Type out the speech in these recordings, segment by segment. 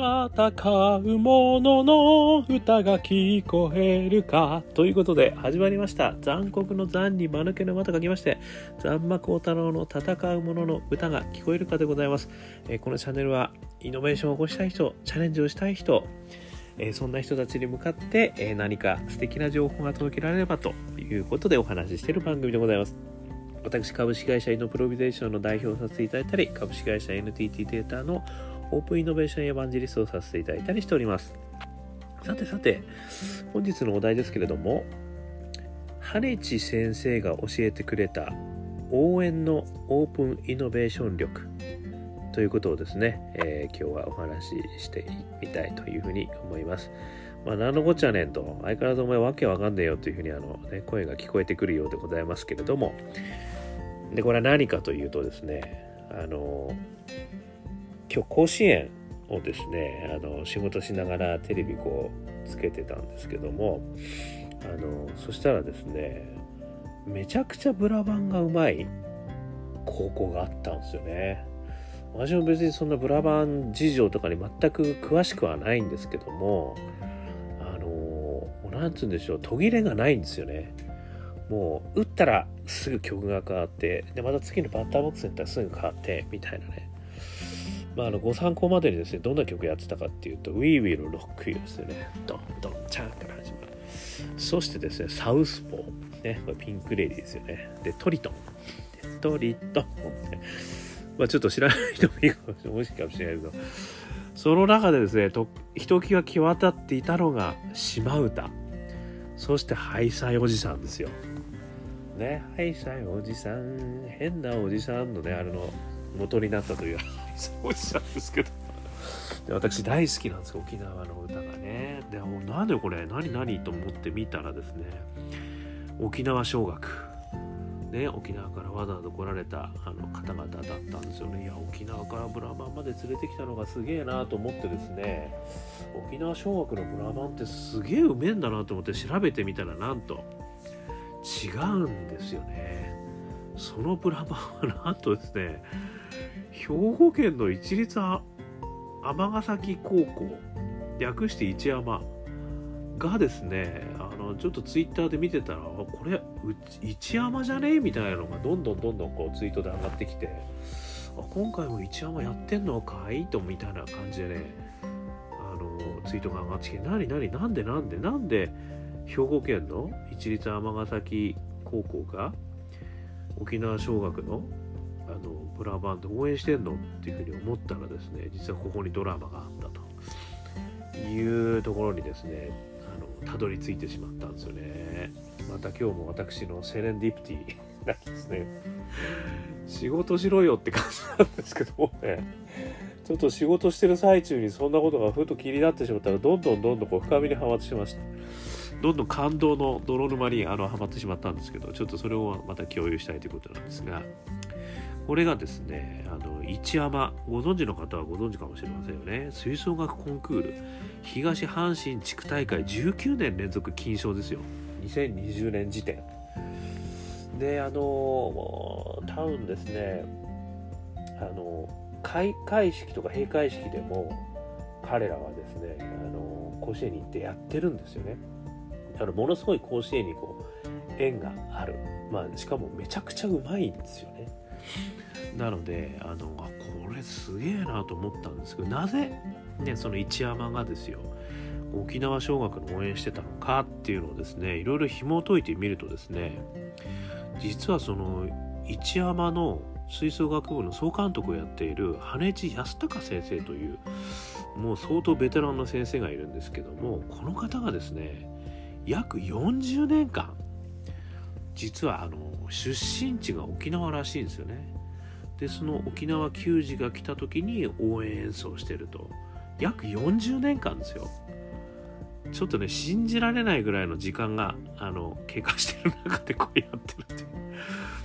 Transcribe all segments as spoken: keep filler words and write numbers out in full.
戦う者の歌が聞こえるかということで始まりました。残酷の残に間抜けの間と書きまして、残魔高太郎の戦う者の歌が聞こえるかでございます。えー、このチャンネルはイノベーションを起こしたい人、チャレンジをしたい人、えー、そんな人たちに向かって、えー、何か素敵な情報が届けられればということでお話ししている番組でございます。私、株式会社イノプロビゼーションの代表をさせていただいたり、株式会社 エヌティーティー データのオープンイノベーションエヴァンジェリストをさせていただいたりしております。さてさて、本日のお題ですけれども、羽地先生が教えてくれた応援のオープンイノベーション力ということをですね、えー、今日はお話ししてみたいというふうに思います。まあ、何のこっちゃねんと、相変わらずお前わけわかんねえよというふうにあの、ね、声が聞こえてくるようでございますけれども、でこれは何かというとですね、あの今日甲子園をですね、あの仕事しながらテレビこうつけてたんですけども、あのそしたらですね、めちゃくちゃブラバンがうまい高校があったんですよね。私も別にそんなブラバン事情とかに全く詳しくはないんですけども、あのなんつうんでしょう、途切れがないんですよね。もう打ったらすぐ曲が変わって、でまた次のバッターボックスに行ったらすぐ変わってみたいなね。まあ、あのご参考までにですね、どんな曲やってたかっていうと We Will Rock You ですよね。ドンドンチャンから始まる。そしてですね、サウスポー、ね、これピンクレディーですよね。でトリトン、でトリトン、まあ、ちょっと知らない人もいるかもしれないけど、その中でですね、とひときわ際立っていたのが島唄、そしてハイサイおじさんですよね。ハイサイおじさん、変なおじさんのね、あれの元になったというおじさんですけど、で私大好きなんですよ、沖縄の歌がね。でもうなんでこれ何何と思って見たらですね、沖縄尚学ね、沖縄からわざわざ来られたあの方々だったんですよね。いや、沖縄からブラバンまで連れてきたのがすげえなと思ってですね、沖縄尚学のブラバンってすげえうめえんだなと思って調べてみたら、なんと違うんですよね。そのブラバンはなんとですね、兵庫県の市立尼崎高校、略して市山がですね、あのちょっとツイッターで見てたら、これ市山じゃねえみたいなのがどんどんどんどんこうツイートで上がってきて、あ、今回も市山やってんのかいとみたいな感じでね、あのツイートが上がってきて、何何なんでなんでなんで兵庫県の市立尼崎高校が沖縄尚学のあのブラバンで応援してんのっていうふうに思ったらですね、実はここにドラマがあったというところにですね、あのたどり着いてしまったんですよね。また今日も私のセレンディプティなんですね。仕事しろよって感じなんですけどもね、ちょっと仕事してる最中にそんなことがふと気になってしまったら、どんどんどんどんこう深みにはまってしまいました。どんどん感動の泥沼にあのはまってしまったんですけど、ちょっとそれをまた共有したいということなんですが、これがですね、あの市山、ご存知の方はご存知かもしれませんよね。吹奏楽コンクール東阪神地区大会じゅうきゅうねん連続金賞ですよ、にせんにじゅうねん時点で。あの多分ですね、あの 開, 会式とか閉会式でも彼らはですね、あの甲子園に行ってやってるんですよね。あのものすごい甲子園にこう縁がある、まあ、しかもめちゃくちゃうまいんですよね。なのであのあこれすげえなと思ったんですけど、なぜ、ね、その市山がですよ沖縄尚学の応援してたのかっていうのをですね、いろいろ紐解いてみるとですね、実はその市山の吹奏楽部の総監督をやっている羽地康隆先生というもう相当ベテランの先生がいるんですけども、この方がですね約よんじゅうねんかん実はあの出身地が沖縄らしいんですよね。でその沖縄球児が来た時に応援演奏してると、約よんじゅうねんかんですよ。ちょっとね信じられないぐらいの時間があの経過してる中でこうやってるっていう。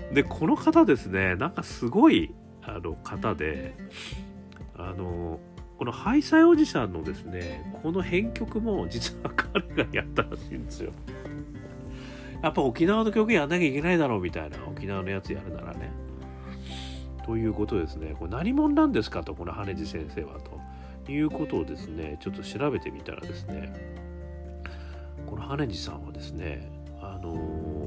でこの方ですね、なんかすごいあの方で、あのこのハイサイおじさんのですね、この編曲も実は彼がやったらしいんですよ。やっぱ沖縄の曲やんなきゃいけないだろうみたいな、沖縄のやつやるならね。ということですね。これ何者なんですかと、この羽地先生はと。 いうことをですねちょっと調べてみたらですね、この羽地さんはですね、あの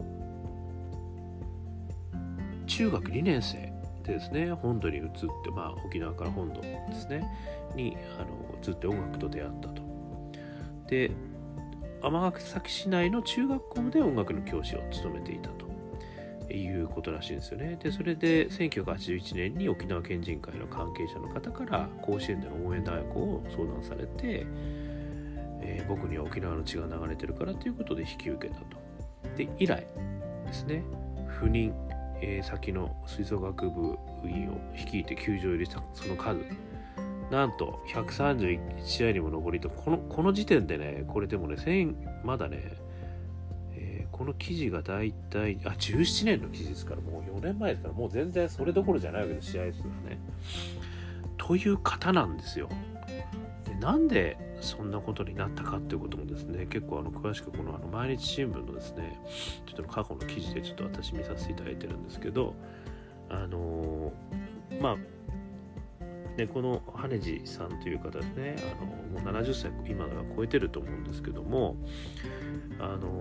ー、中学にねん生でですね本土に移って、まあ、沖縄から本土ですねにあの移って音楽と出会ったと。で尼崎市内の中学校で音楽の教師を務めていたということらしいんですよね。でそれでせんきゅうひゃくはちじゅういちねんに沖縄県人会の関係者の方から甲子園での応援代行を相談されて、えー、僕には沖縄の血が流れてるからということで引き受けたと。で以来ですね、赴任、えー、先の吹奏楽部員を率いて球場入りしたその数なんとひゃくさんじゅういち試合にも上りと、このこの時点でね、これでもねまだね、えー、この記事がだいたいあじゅうななねんの記事ですから、もうよねんまえですから、もう全然それどころじゃないわけです、試合数はね。という方なんですよ。でなんでそんなことになったかっていうこともですね、結構あの詳しくこのあの毎日新聞のですねちょっと過去の記事でちょっと私見させていただいてるんですけど、あのー、まあでこの羽地さんという方ですね、あのもうななじゅっさい今は超えてると思うんですけども、あの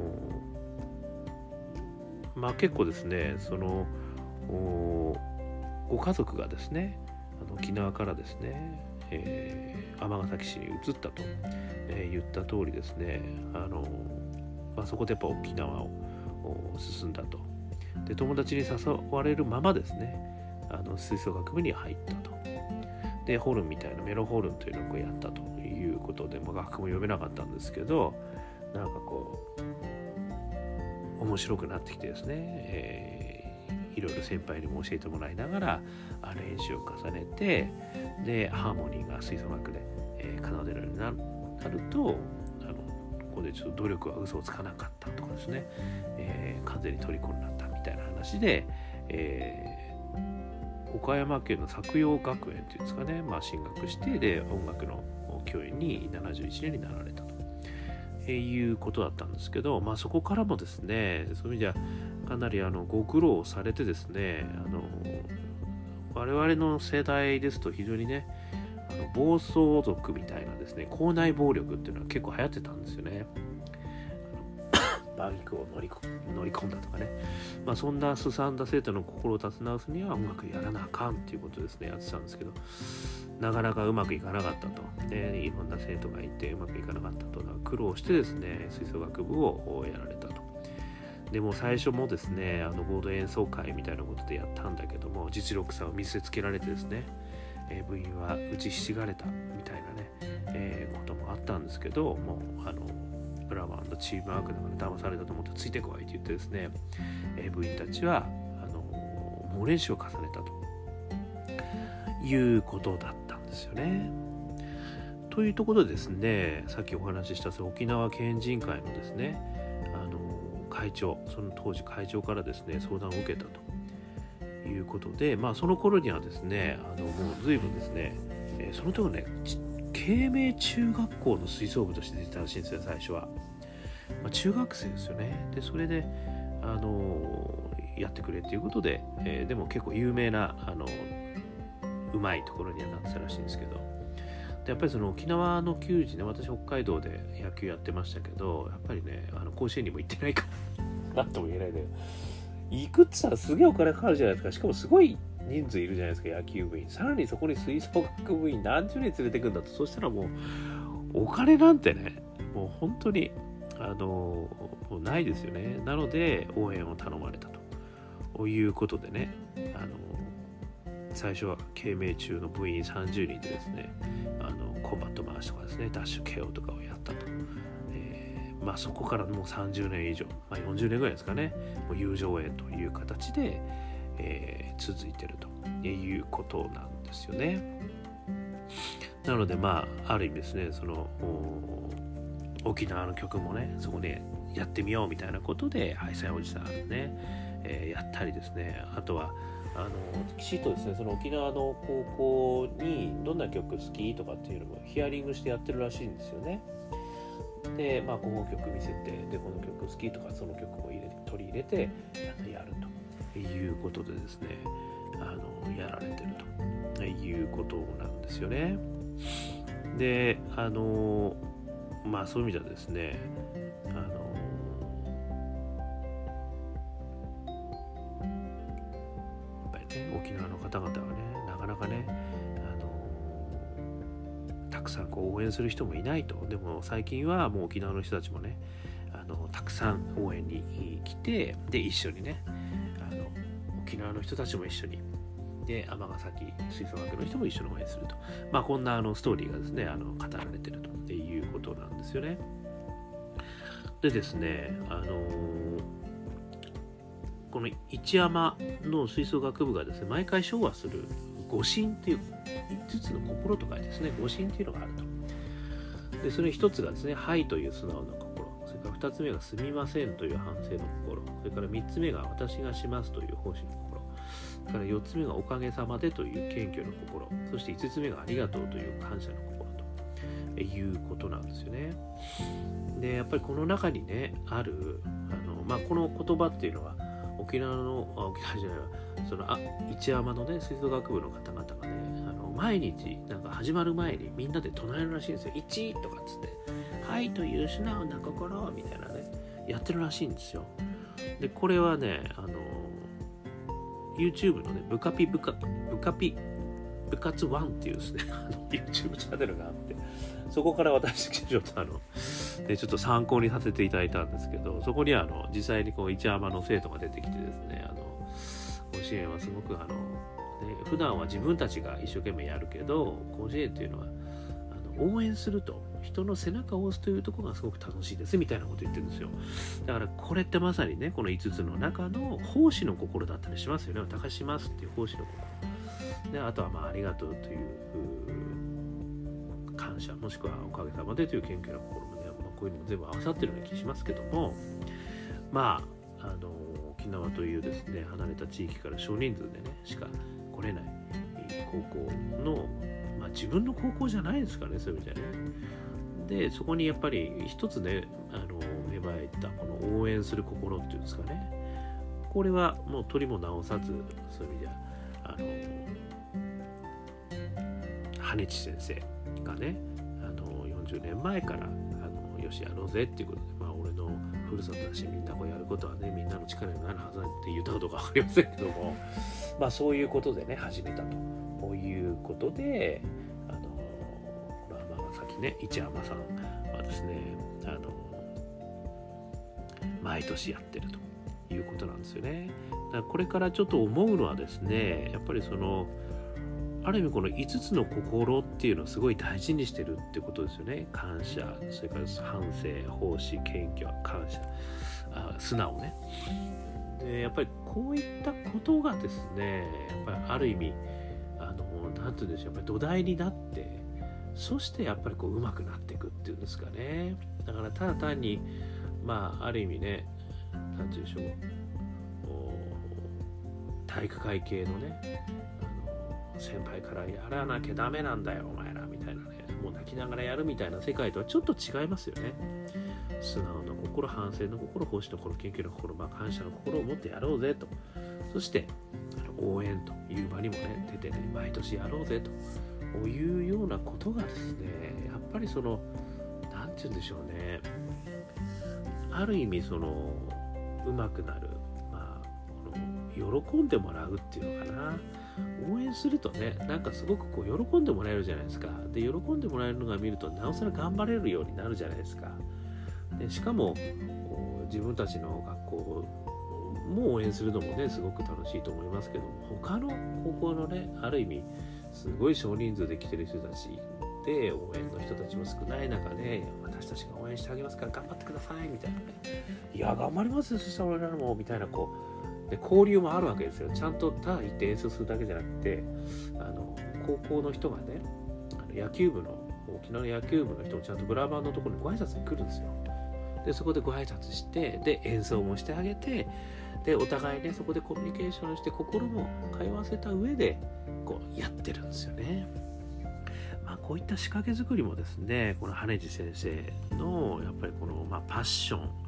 まあ結構ですね、そのご家族がですねあの沖縄からですね尼、えー、崎市に移ったと、えー、言った通りですね、あの、まあ、そこでやっぱ沖縄を進んだと。で友達に誘われるままですねあの吹奏楽部に入ったと。でホルンみたいなメロホルンというのをやったということで、まあ、楽譜も読めなかったんですけど、なんかこう面白くなってきてですね、えー、いろいろ先輩にも教えてもらいながら練習を重ねて、でハーモニーが吹奏楽で、えー、奏でるようになると、あのここでちょっと努力は嘘をつかなかったとかですね、えー、完全に虜になったみたいな話で、えー岡山県の作陽学園というんですかね、まあ、進学してで音楽の教員にななじゅういちねんになられたと、えー、いうことだったんですけど、まあ、そこからもですねそういう意味ではかなりあのご苦労されてですね、あの我々の世代ですと非常にねあの暴走族みたいなですね校内暴力っていうのは結構流行ってたんですよね。バイクを乗り乗り込んだとかね、まあ、そんなすさんだ生徒の心を立て直すには音楽やらなあかんっていうことですねやってたんですけど、なかなかうまくいかなかったと、ね、いろんな生徒がいてうまくいかなかったと苦労してですね吹奏楽部をやられたと。でも最初もですねあの合同演奏会みたいなことでやったんだけども実力差を見せつけられてですね、えー、部員は打ちひしがれたみたいなね、えー、こともあったんですけど、もうあのブラマンのチームワークだから騙されたと思ってついてこいって言ってですね、えー、部員たちはあの猛練習を重ねたということだったんですよね。というところでですね、さっきお話ししたその沖縄県人会のですねあの会長、その当時会長からですね相談を受けたということで、まあその頃にはですねあのもう随分ですね、えー、その時はね慶明中学校の吹奏部として出てたらしいんですよ最初は、まあ、中学生ですよね。でそれであのやってくれっていうことで、えー、でも結構有名なあのうまいところにはなってたらしいんですけど、でやっぱりその沖縄の球児ね、私北海道で野球やってましたけど、やっぱりねあの甲子園にも行ってないからなんとも言えないで、行くって言ったらすげえお金かかるじゃないですか。しかもすごい人数いるじゃないですか野球部員、さらにそこに吹奏楽部員何十人連れてくんだと、そしたらもうお金なんてねもう本当にあのもうないですよね。なので応援を頼まれたということでね、あの最初は慶明中の部員さんじゅうにんでですねあのコンバット回しとかですねダッシュ ケーオー とかをやったと、えー、まあそこからもうさんじゅうねん以上、まあ、よんじゅうねんぐらいですかね、もう友情園という形でえー、続いているということなんですよね。なのでまあある意味ですねその沖縄の曲もねそこでやってみようみたいなことでハイサイおじさんね、えー、やったりですね、あとはあのきちっとですねその沖縄の高校にどんな曲好きとかっていうのもヒアリングしてやってるらしいんですよね。でまあこの曲見せて、でこの曲好きとかその曲も入れ取り入れてやるということでですねあのやられてるということなんですよね。 であのまあそういう意味ではですね、あのやっぱりね沖縄の方々はねなかなかねたくさんこう応援する人もいないと。でも最近はもう沖縄の人たちもねあのたくさん応援に来て、で一緒にねあの沖縄の人たちも一緒にで尼崎吹奏楽の人も一緒に応援すると、まあこんなあのストーリーがですねあの語られてるということなんですよね。でですねあのー、この一山の吹奏楽部がですね毎回唱和する五心っていういつつの心と書いてですね五心っていうのがあると。でそれ一つがですねはいという素直な心、それから二つ目がすみませんという反省の心、それから三つ目が私がしますという奉仕の心、それから四つ目がおかげさまでという謙虚の心、そして五つ目がありがとうという感謝の心ということなんですよね。でやっぱりこの中にねあるあの、まあ、この言葉っていうのは沖縄のあ沖縄じゃないわそのあ一山のね吹奏楽部の方々がねあの毎日なんか始まる前にみんなで唱えるらしいんですよ。いちとかっつってはいという素直な心みたいなねやってるらしいんですよ。でこれはねあの YouTube のねブカピブカブカピ部活ワンっていうですねあの YouTube チャンネルがあって、そこから私ちょっとあのでちょっと参考にさせていただいたんですけど、そこにはあの実際にこう一山の生徒が出てきてですねあの甲子園はすごくあの、ね、普段は自分たちが一生懸命やるけど甲子園というのはあの応援すると人の背中を押すというところがすごく楽しいですみたいなこと言ってるんですよ。だからこれってまさにねこのいつつの中の奉仕の心だったりしますよね。高しますっていう奉仕の心で、あとはまあありがとうという感謝もしくはおかげさまでという謙虚な心もね、まあ、こういうのも全部合わさってるような気しますけども、まああの沖縄というですね離れた地域から少人数でねしか来れない高校の、まあ、自分の高校じゃないですからねそういう意味でね。でそこにやっぱり一つねあの芽生えたこの応援する心っていうんですかね、これはもう取りも直さずそういう意味ではあの羽地先生がねあのよんじゅうねんまえからあのよしやろうぜっていうことで、まあ俺のふるさとだしみんなこうやることはねみんなの力になるはずだって言ったことか分かりませんけども、まあそういうことでね始めたということで、あのこの尼崎ね一山さんはですねあの毎年やってるということなんですよね。だからこれからちょっと思うのはですねやっぱりそのある意味このいつつの心っていうのをすごい大事にしてるってことですよね。感謝、それから反省、奉仕、謙虚、感謝、あ素直ね。でやっぱりこういったことがですねやっぱりある意味あのなんて言うんでしょうやっぱり土台になってそしてやっぱりこう上手くなっていくっていうんですかね。だからただ単にまあある意味ねなんて言うんでしょう体育会系のねあの先輩からやらなきゃダメなんだよお前らみたいなねもう泣きながらやるみたいな世界とはちょっと違いますよね。素直な心、反省の心、奉仕の心、謙虚な心、まあ、感謝の心を持ってやろうぜと、そしてあの応援という場にもね出てね毎年やろうぜというようなことがですねやっぱりそのなんて言うんでしょうねある意味その上手くなる、まあ、この喜んでもらうっていうのかな、応援するとねなんかすごくこう喜んでもらえるじゃないですか。で喜んでもらえるのが見るとなおさら頑張れるようになるじゃないですか。でしかも自分たちの学校も応援するのもねすごく楽しいと思いますけども、他の高校のねある意味すごい少人数で来てる人たちで応援の人たちも少ない中で私たちが応援してあげますから頑張ってくださいみたいなね、いや頑張りますよそしたら俺らもみたいなこうで交流もあるわけですよ。ちゃんとただ行って演奏するだけじゃなくてあの高校の人がねあの野球部の沖縄の野球部の人もちゃんとブラバンのところにご挨拶に来るんですよ。でそこでご挨拶してで演奏もしてあげてでお互いねそこでコミュニケーションして心も通わせた上でこうやってるんですよね。まあこういった仕掛け作りもですねこの羽地先生のやっぱりこの、まあ、パッション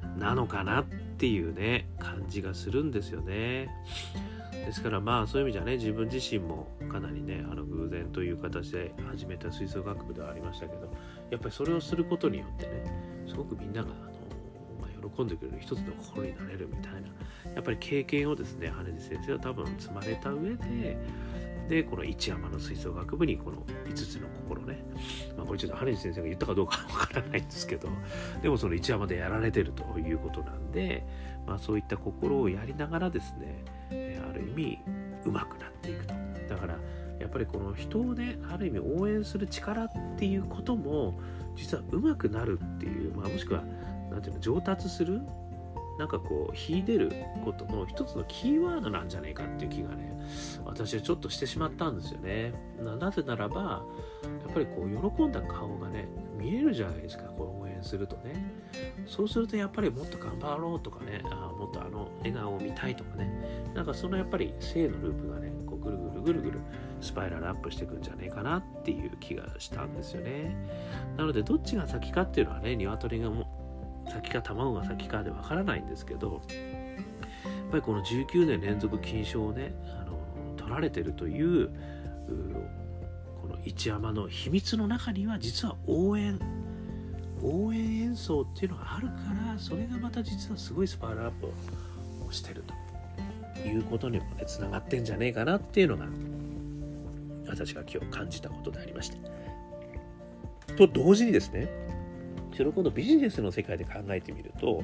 なのかなっていうね感じがするんですよね。ですからまあそういう意味じゃね、自分自身もかなりねあの偶然という形で始めた吹奏楽部ではありましたけど、やっぱりそれをすることによってね、すごくみんながあの、まあ、喜んでくれる一つの心になれるみたいな、やっぱり経験をですね羽地先生は多分積まれた上で、でこの一山の吹奏楽部にこのいつつの心ね、まあこれちょっと羽地先生が言ったかどうかわからないんですけど、でもその一山でやられてるということなんで、まあそういった心をやりながらですね、ある意味上手くなっていくと。だからやっぱりこの人をねある意味応援する力っていうことも実は上手くなるっていう、まあ、もしくはなんていうの上達する、なんかこう秀でることの一つのキーワードなんじゃないかっていう気がね私はちょっとしてしまったんですよね。な, なぜならばやっぱりこう喜んだ顔がね見えるじゃないですか、こう応援するとね。そうするとやっぱりもっと頑張ろうとかね、あもっとあの笑顔を見たいとかね、なんかそのやっぱり正のループがねこうぐるぐるぐるぐるスパイラルアップしていくんじゃないかなっていう気がしたんですよね。なのでどっちが先かっていうのはね、鶏がも先か卵が先かでわからないんですけど、やっぱりこのじゅうきゅうねん連続金賞をねあの取られてるというこの一山の秘密の中には実は応援応援演奏っていうのがあるから、それがまた実はすごいスパイラルアップをしてるということにもねつながってんじゃねえかなっていうのが私が今日感じたことでありました。と同時にですね、それを今度ビジネスの世界で考えてみると、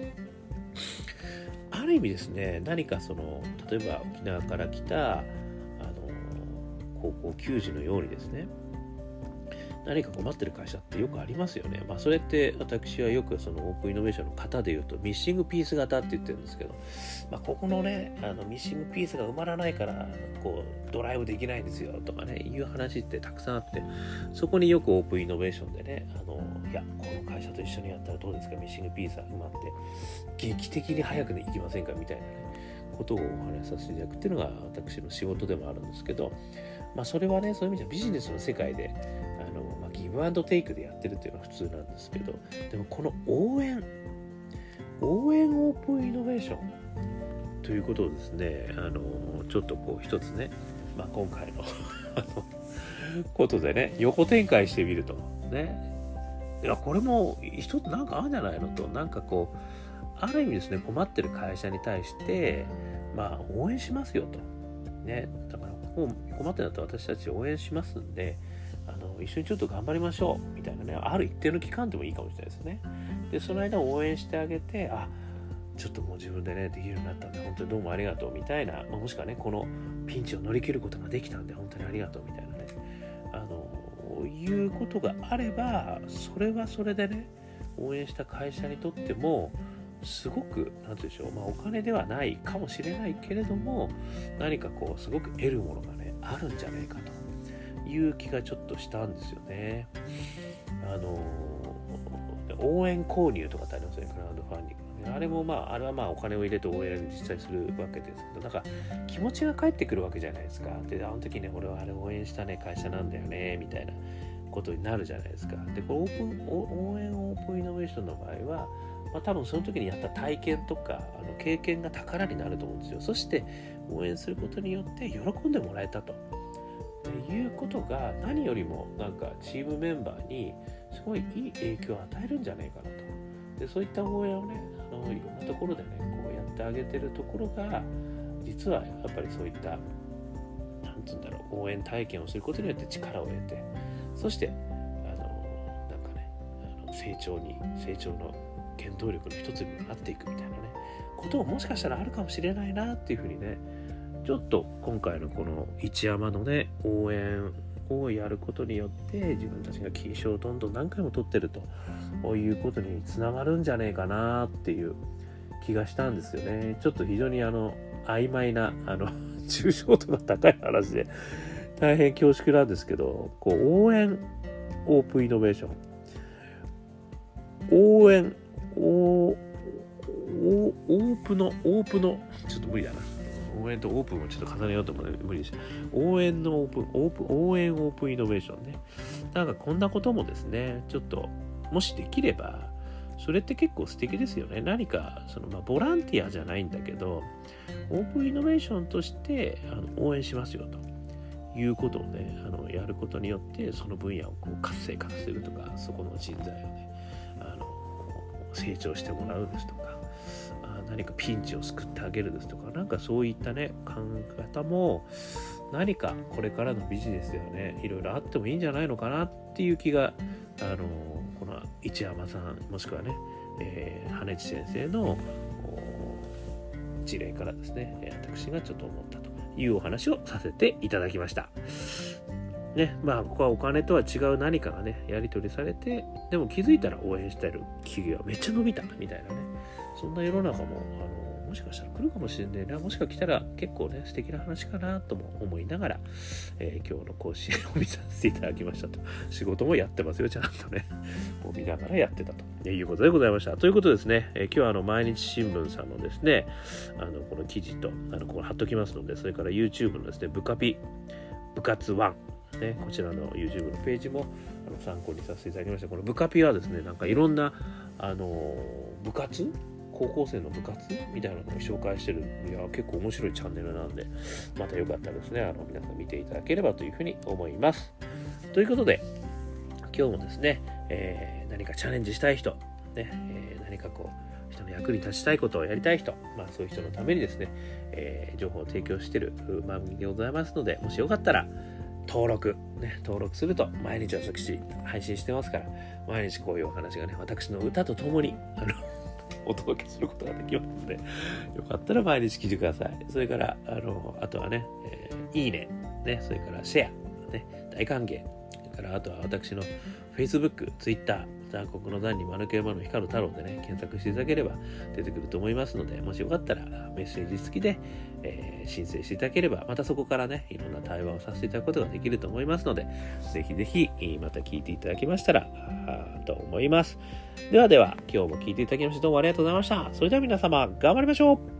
ある意味ですね、何かその例えば沖縄から来たあの高校球児のようにですね、何か困ってる会社ってよくありますよね。まあそれって私はよくそのオープンイノベーションの方で言うとミッシングピース型って言ってるんですけど、まあここのねあのミッシングピースが埋まらないからこうドライブできないんですよとかねいう話ってたくさんあって、そこによくオープンイノベーションでね、あのいやこの会社と一緒にやったらどうですか、ミッシングピースが埋まって劇的に早くねいきませんかみたいなねことをお話しさせていただくっていうのが私の仕事でもあるんですけど、まあそれはねそういう意味ではビジネスの世界であの、まあ、ギブアンドテイクでやってるっていうのは普通なんですけど、でもこの応援応援オープンイノベーションということをですね、あのちょっとこう一つね、まあ、今回のことでね横展開してみるとね、いやこれも一つなんかあるんじゃないのと、なんかこうある意味ですね困ってる会社に対してまあ応援しますよとね、だからここ困ってるんだったら私たち応援しますんで、あの一緒にちょっと頑張りましょうみたいなね、ある一定の期間でもいいかもしれないですね。でその間応援してあげて、あちょっともう自分でねできるようになったんで本当にどうもありがとうみたいな、まあ、もしくはねこのピンチを乗り切ることができたんで本当にありがとうみたいなね、あのいうことがあれば、それはそれでね応援した会社にとってもすごくなんていうんでしょう、まあお金ではないかもしれないけれども何かこうすごく得るものがねあるんじゃないかという気がちょっとしたんですよね。あの応援購入とかってありますよね、クラウドファンディング。あれもまああれはまあお金を入れて応援実際するわけですけど、なんか気持ちが返ってくるわけじゃないですか。であの時ね俺はあれ応援したね会社なんだよねみたいなことになるじゃないですか。でこれオープン応援オープンイノベーションの場合は、まあ、多分その時にやった体験とかあの経験が宝になると思うんですよ。そして応援することによって喜んでもらえたということが何よりもなんかチームメンバーにすごいいい影響を与えるんじゃないかなと。でそういった応援をねあのいろんなところでねこうやってあげてるところが実はやっぱりそういったなんつうんだろう応援体験をすることによって力を得て、そしてあのなんかねあの成長に成長の原動力の一つにもなっていくみたいなねことももしかしたらあるかもしれないなっていうふうにね、ちょっと今回のこの一山のね応援をやることによって自分たちが金賞をどんどん何回も取ってるということにつながるんじゃねえかなっていう気がしたんですよね。ちょっと非常にあの曖昧なあの抽象度が高い話で大変恐縮なんですけど、こう応援オープンイノベーション応援オープのオープのちょっと無理だな、応援とオープンをちょっと重ねようと思うので無理でした。応援のオープン、オープン、応援オープンイノベーションね。なんかこんなこともですね、ちょっともしできればそれって結構素敵ですよね。何かその、まあ、ボランティアじゃないんだけど、オープンイノベーションとしてあの応援しますよということをね、あのやることによってその分野をこう活性化させるとか、そこの人材をねあの成長してもらうですとか、あ何かピンチを救ってあげるですとか、なんかそういったね考え方も何かこれからのビジネスではねいろいろあってもいいんじゃないのかなっていう気が、あのこの市山さんもしくはね、えー、羽地先生の事例からですね、私がちょっと思ったというお話をさせていただきました。ね、まあここはお金とは違う何かがねやり取りされて、でも気づいたら応援している企業はめっちゃ伸びたみたいなね、そんな世の中もあのもしかしたら来るかもしれないな、もしか来たら結構ね素敵な話かなとも思いながら、えー、今日の講師を見させていただきましたと。仕事もやってますよ、ちゃんとねもう見ながらやってたということでございました。ということですね、えー、今日はあの毎日新聞さんのですね、あのこの記事とあのここ貼っときますので、それから YouTube のですね部下ピ部活ワンね、こちらの YouTube のページもあの参考にさせていただきました。この部下ピはですね、なんかいろんなあの部活高校生の部活みたいなのを紹介してる、いや結構面白いチャンネルなんで、またよかったらですね、あの皆さん見ていただければというふうに思います。ということで今日もですね、えー、何かチャレンジしたい人、ねえー、何かこう人の役に立ちたいことをやりたい人、まあ、そういう人のためにですね、えー、情報を提供している番組でございますので、もしよかったら登録、ね、登録すると毎日私配信してますから、毎日こういうお話がね、私の歌とともにあのお届けすることができますので、よかったら毎日聞いてください。それからあのあとはね、えー、いいね、ね、それからシェア、ね、大歓迎、それからあとは私の Facebook、Twitter、残酷の残に間抜け馬の光る太郎でね検索していただければ出てくると思いますので、もしよかったらメッセージ付きで、えー、申請していただければ、またそこからねいろんな対話をさせていただくことができると思いますので、ぜひぜひまた聞いていただけましたらと思います。ではでは今日も聞いていただきましてどうもありがとうございました。それでは皆様頑張りましょう。